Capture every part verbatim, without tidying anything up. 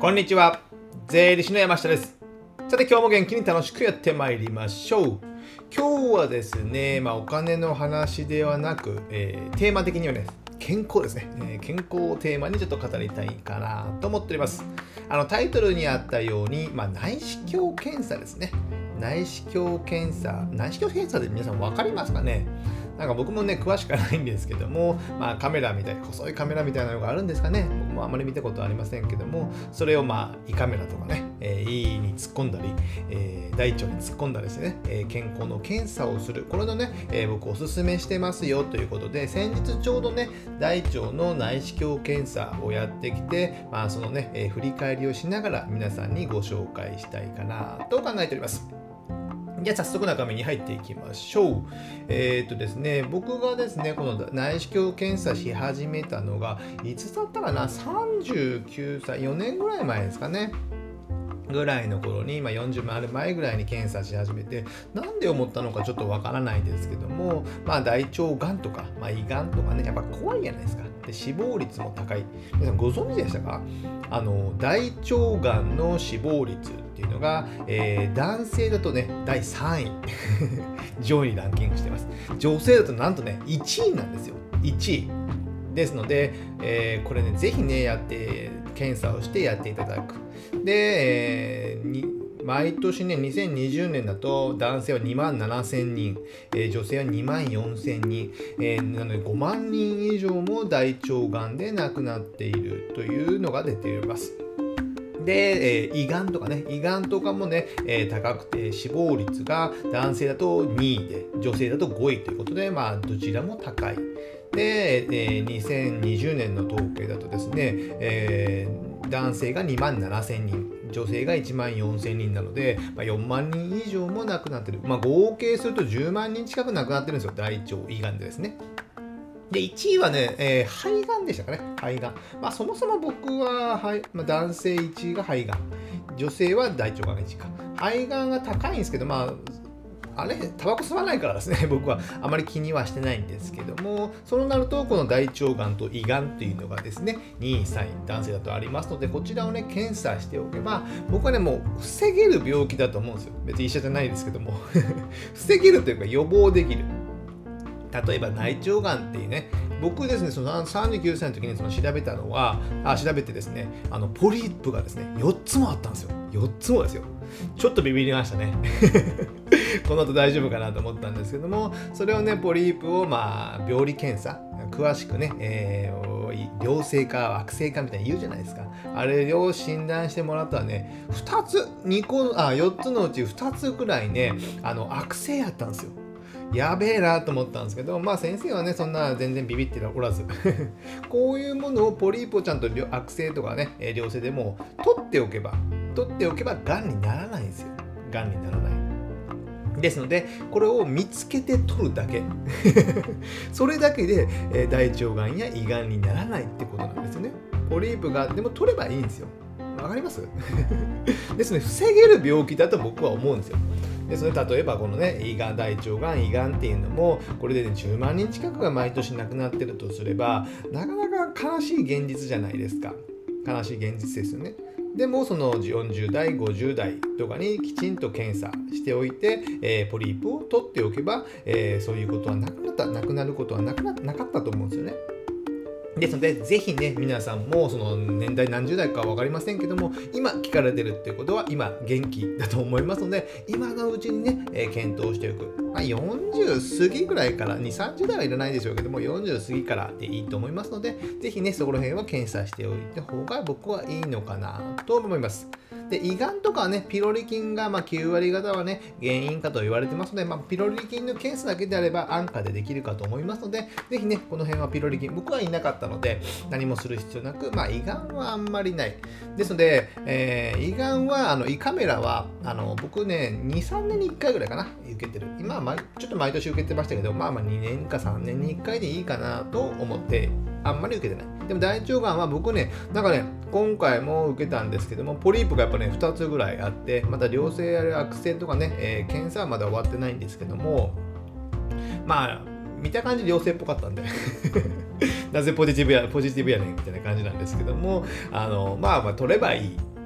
こんにちは、税理士の山下です。さて今日も元気に楽しくやってまいりましょう。今日はですね、まあ、お金の話ではなく、えー、テーマ的にはね、健康ですね、えー、健康をテーマにちょっと語りたいかなと思っております。あのタイトルにあったように、まあ、内視鏡検査ですね。内視鏡検査、内視鏡検査で皆さん分かりますかね。なんか僕もね、詳しくはないんですけども、まあカメラみたい、細いカメラみたいなのがあるんですかね。僕もあまり見たことはありませんけども、それをまあ胃カメラとかね、えー、胃に突っ込んだり、えー、大腸に突っ込んだりですね、えー、健康の検査をする。これのね、えー、僕おすすめしてますよということで、先日ちょうどね、大腸の内視鏡検査をやってきて、まあそのね、えー、振り返りをしながら皆さんにご紹介したいかなと考えております。じゃあ早速中身に入っていきましょう。えっとですね、僕がですね、この内視鏡検査し始めたのが、いつだったかな、さんじゅうきゅうさい、よねんぐらい前ですかね。ぐらいの頃に、まあ、よんじゅう回る前ぐらいに検査し始めて、なんで思ったのかちょっとわからないですけども、まあ、大腸がんとか、まあ、胃がんとかね、やっぱ怖いじゃないですか。で死亡率も高い。皆さんご存知でしたか？あの大腸がんの死亡率っていうのが、えー、男性だとねだいさんい上位にランキングしてます。女性だとなんとねいちいなんですよ。いちいですので、えー、これねぜひねやって検査をしてやっていただく。で、えー、に毎年ねにせんにじゅうねんだと男性はにまんななせんにん、えー、女性はにまんよんせんにん、えー、なのでごまんにん以上も大腸がんで亡くなっているというのが出ています。で、えー、胃がんとかね、胃がんとかもね、えー、高くて死亡率が男性だとにいで、女性だとごいということで、まあ、どちらも高い。で、えー、にせんにじゅうねんの統計だとですね、えー、男性がにまんななせんにん、女性がいちまんよんせんにんなので、まあ、よんまんにん以上も亡くなっている。まあ、合計するとじゅうまんにん近く亡くなってるんですよ、大腸胃がんでですね。で、いちいはね、えー、肺がんでしたかね、肺がん。まあ、そもそも僕は、はいまあ、男性いちいが肺がん、女性は大腸がんがいちいか。肺がんが高いんですけど、まあ、あれ、タバコ吸わないからですね、僕はあまり気にはしてないんですけども、そうなると、この大腸がんと胃がんというのがですね、にい、さんい、男性だとありますので、こちらをね、検査しておけば、僕はね、もう防げる病気だと思うんですよ。別に医者じゃないですけども、防げるというか予防できる。例えば内腸がんっていうね、僕ですね、そのさんじゅうきゅうさいの時にその調べたのは、あ調べてですね、あのポリープがですね、よっつもあったんですよ。よっつもですよ。ちょっとビビりましたね。この後大丈夫かなと思ったんですけども、それをね、ポリープをまあ病理検査、詳しくね、えー、良性か悪性かみたいに言うじゃないですか。あれを診断してもらったらね、ふたつ、にこ、あ、よっつのうちふたつぐらいね、あの悪性やったんですよ。やべえなと思ったんですけど、まあ先生はね、そんな全然ビビっておらずこういうものをポリープをちゃんと悪性とかね、良性でも取っておけば、取っておけばがんにならないんですよ。がんにならない。ですので、これを見つけて取るだけ。それだけで、えー、大腸がんや胃がんにならないってことなんですよね。ポリープが、でも取ればいいんですよ。わかりますですので、防げる病気だと僕は思うんですよ。でそれ例えばこのね胃がん、大腸がん、胃がんっていうのもこれで、ね、じゅうまんにん近くが毎年亡くなってるとすれば、なかなか悲しい現実じゃないですか。悲しい現実ですよね。でもそのよんじゅうだい、ごじゅうだいとかにきちんと検査しておいて、えー、ポリープを取っておけば、えー、そういうことはなくなった、なくなることはなくななかったと思うんですよね。ですので、ぜひね、皆さんもその年代何十代かは分かりませんけども、今聞かれてるっていうことは今元気だと思いますので、今のうちにね、えー、検討しておく。まあ、よんじゅう過ぎぐらいから、に、さんじゅう代はいらないでしょうけども、よんじゅう過ぎからでいいと思いますので、ぜひね、そこら辺は検査しておいた方が僕はいいのかなと思います。で、胃がんとかはね、ピロリ菌がまあきゅうわり方はね、原因かと言われてますので、まあ、ピロリ菌の検査だけであれば安価でできるかと思いますので、ぜひね、この辺はピロリ菌、僕はいなかったので、何もする必要なく、まあ、胃がんはあんまりない。ですので、えー、胃がんは、あの、胃カメラは、あの、僕ね、に、さんねんにいっかいぐらいかな、受けてる。今は、ちょっと毎年受けてましたけど、まあまあにねんかさんねんにいっかいでいいかなと思って、あんまり受けてない。でも大腸がんは僕ね、なんかね、今回も受けたんですけども、ポリープがやっぱね、ふたつぐらいあって、また良性や悪性とかね、えー、検査はまだ終わってないんですけども、まあ、見た感じ良性っぽかったんでなぜポジティブや、ポジティブやねんみたいな感じなんですけども、あの、まあまあ取ればいい。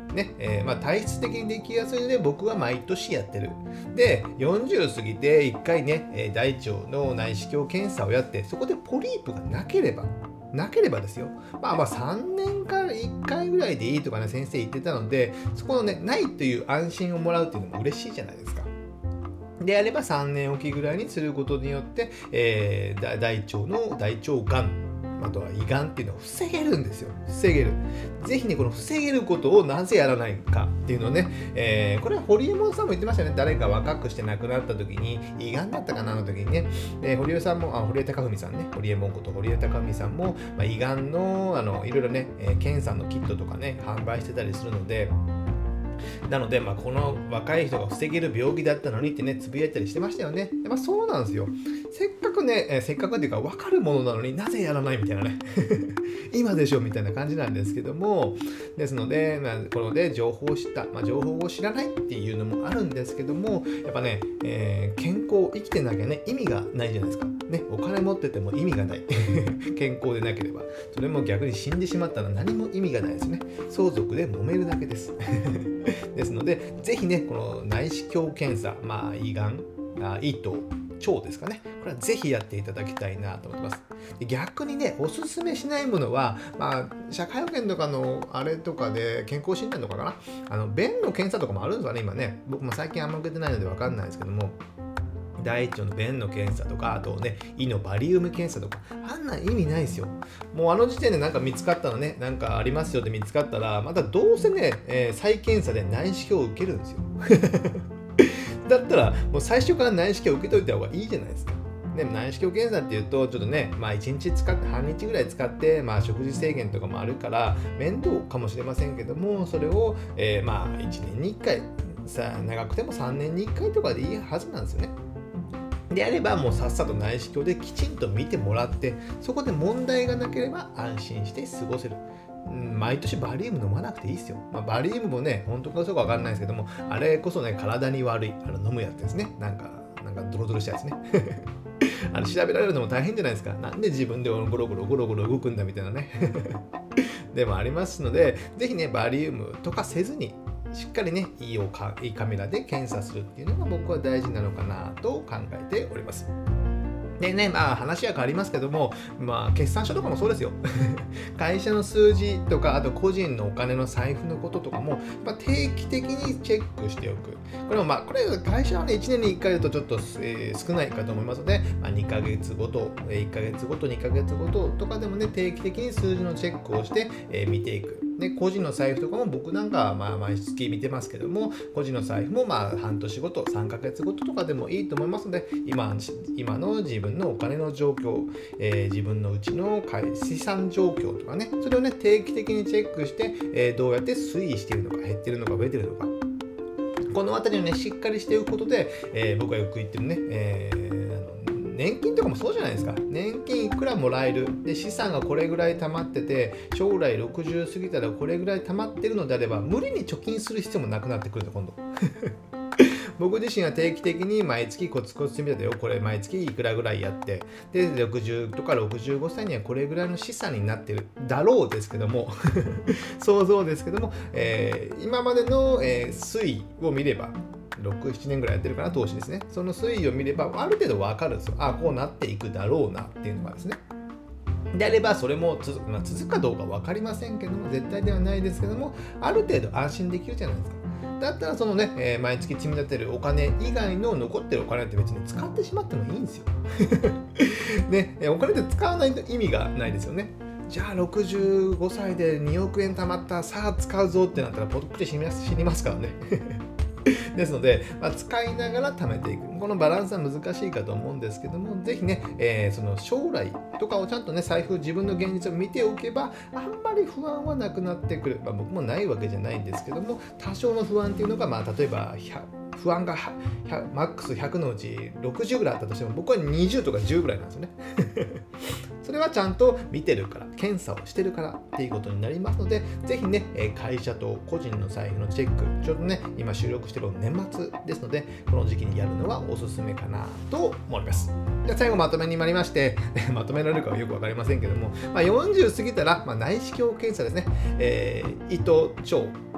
ね、えー、まあ体質的にできやすいので僕は毎年やってる。で、よんじゅう過ぎていっかいね、大腸の内視鏡検査をやって、そこでポリープがなければ、なければですよ。まあまあさんねんからいっかいぐらいでいいとかね、先生言ってたので、そこのね、ないという安心をもらうっていうのも嬉しいじゃないですか。であればさんねんおきぐらいにすることによって、えー、大腸の大腸がん、あとは胃がんっていうのを防げるんですよ。防げる。ぜひね、この防げることをなぜやらないかっていうのをね、えー、これは堀江門さんも言ってましたね。誰か若くして亡くなった時に、胃がんだったかなの時にね、えー、堀江さんも、あ、堀江貴文さんね、堀江門こと堀江貴文さんも、まあ、胃がんの、あの、いろいろね、えー、検査のキットとかね、販売してたりするので、なので、まあ、この若い人が防げる病気だったのにってね、つぶやいたりしてましたよね。まあ、そうなんですよ。せっかくね、えー、せっかくっていうか分かるものなのになぜやらないみたいなね。今でしょみたいな感じなんですけども、ですので、まあ、こので情報を知った、まあ、情報を知らないっていうのもあるんですけども、やっぱね、えー、健康、生きてなきゃね、意味がないじゃないですか。ね、お金持ってても意味がない。健康でなければ。それも逆に死んでしまったら何も意味がないですね。相続で揉めるだけです。ですので、ぜひね、この内視鏡検査、まあ、胃がん、あ胃と腸ですかね。これはぜひやっていただきたいなと思ってます。で逆にね、おすすめしないものは、まあ、社会保険とかのあれとかで健康診断とかかな。あの、便の検査とかもあるんですかね、今ね。僕も最近あんま受けてないのでわかんないですけども。大腸の便の検査とか、あとね、胃のバリウム検査とか、あんな意味ないですよ。もうあの時点でなんか見つかったのね、なんかありますよって見つかったら、またどうせね、えー、再検査で内視鏡を受けるんですよ。だったら、もう最初から内視鏡を受けといた方がいいじゃないですか。でも内視鏡検査っていうと、ちょっとね、まあいちにち使って、半日ぐらい使って、まあ食事制限とかもあるから、面倒かもしれませんけども、それを、えー、まあいちねんにいっかい、さ長くてもさんねんにいっかいとかでいいはずなんですよね。であればもうさっさと内視鏡できちんと見てもらって、そこで問題がなければ安心して過ごせる。うん、毎年バリウム飲まなくていいですよ。まあ、バリウムもね、本当かそうかわかんないですけども、あれこそね、体に悪い、あの飲むやつですね。なんか、なんかドロドロしたやつね。あれ調べられるのも大変じゃないですか。なんで自分でゴロゴロゴロゴロ動くんだみたいなね。でもありますので、ぜひね、バリウムとかせずに、しっかりね、いい, おかいいカメラで検査するっていうのが僕は大事なのかなと考えております。でね、まあ話は変わりますけども、まあ決算書とかもそうですよ。会社の数字とか、あと個人のお金の財布のこととかも、まあ、定期的にチェックしておく。これもまあ、これ会社はね、いちねんにいっかいだとちょっと、えー、少ないかと思いますので、まあ、にかげつごと、いっかげつごと、にかげつごととかでもね、定期的に数字のチェックをして、えー、見ていく。で個人の財布とかも僕なんかはまあ毎月見てますけども、個人の財布もまあ半年ごと、さんかげつごととかでもいいと思いますので、今、今の自分のお金の状況、えー、自分のうちの資産状況とかね、それをね、定期的にチェックして、えー、どうやって推移しているのか、減っているのか、増えているのか。このあたりをね、しっかりしておくことで、えー、僕がよく言ってるね、えー年金とかもそうじゃないですか。年金いくらもらえる。で、資産がこれぐらい貯まってて、将来ろくじゅう過ぎたらこれぐらい貯まってるのであれば、無理に貯金する必要もなくなってくると、今度。僕自身は定期的に毎月コツコツ積み立てをこれ毎月いくらぐらいやって、で、ろくじゅうとかろくじゅうごさいにはこれぐらいの資産になってるだろうですけども、想像ですけども、えー、今までの、えー、推移を見れば、ろく、ななねんぐらいやってるかな、投資ですね。その推移を見れば、ある程度わかるんですよ。あ、こうなっていくだろうなっていうのがですね。であれば、それも続く、まあ、続くかどうか分かりませんけども、絶対ではないですけども、ある程度安心できるじゃないですか。だったら、そのね、えー、毎月積み立てるお金以外の残ってるお金って別に使ってしまってもいいんですよ。ね、お金って使わないと意味がないですよね。じゃあろくじゅうごさいでにおくえん貯まった、さあ使うぞってなったら、ぽっくり死にます、死にますからね。ですので、まあ、使いながら貯めていく。このバランスは難しいかと思うんですけども、ぜひね、えー、その将来とかをちゃんとね、財布、自分の現実を見ておけば、あんまり不安はなくなってくる。まあ、僕もないわけじゃないんですけども、多少の不安っていうのが、まあ、例えば、不安がマックスひゃくのうちろくじゅうぐらいあったとしても、僕はにじゅうとかじゅうぐらいなんですよね。それはちゃんと見てるから、検査をしてるからっていうことになりますので、ぜひね、会社と個人の財布のチェック、ちょうどね、今収録してるの年末ですので、この時期にやるのはおすすめかなと思います。で最後まとめに参りまして、まとめられるかはよくわかりませんけども、まあ、よんじゅう過ぎたら、まあ、内視鏡検査ですね、えー、胃と腸、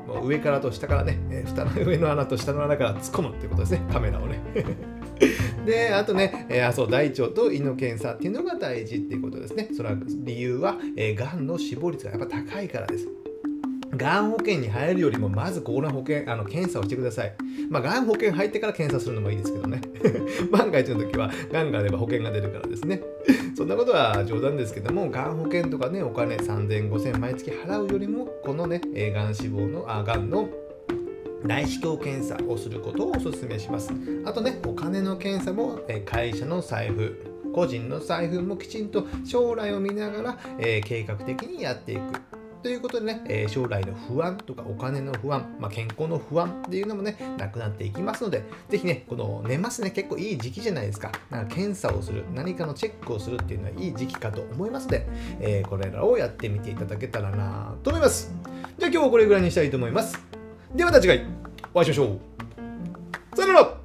もう上からと下からね、えー、蓋の上の穴と下の穴から突っ込むっていうことですね、カメラをね。で、あとね、えー、あそう大腸と胃の検査っていうのが大事っていうことですね。それは理由は、えー、がんの死亡率がやっぱ高いからです。がん保険に入るよりもまずここの保険あの検査をしてください。まあ、がん保険入ってから検査するのもいいですけどね。万が一の時はがんがあれば保険が出るからですね。そんなことは冗談ですけども、がん保険とかね、お金さんぜん、ごせん毎月払うよりも、このね、えー、がん死亡の、あ、がんの内視鏡検査をすることをお勧めします。あとね、お金の検査も、えー、会社の財布、個人の財布もきちんと将来を見ながら、えー、計画的にやっていく。ということでね、えー、将来の不安とかお金の不安、まあ、健康の不安っていうのもね、なくなっていきますので、ぜひね、この年末ね、結構いい時期じゃないですか。なんか検査をする、何かのチェックをするっていうのはいい時期かと思いますので、えー、これらをやってみていただけたらなと思います。じゃあ今日はこれぐらいにしたいと思います。ではまた次回お会いしましょう。さよなら。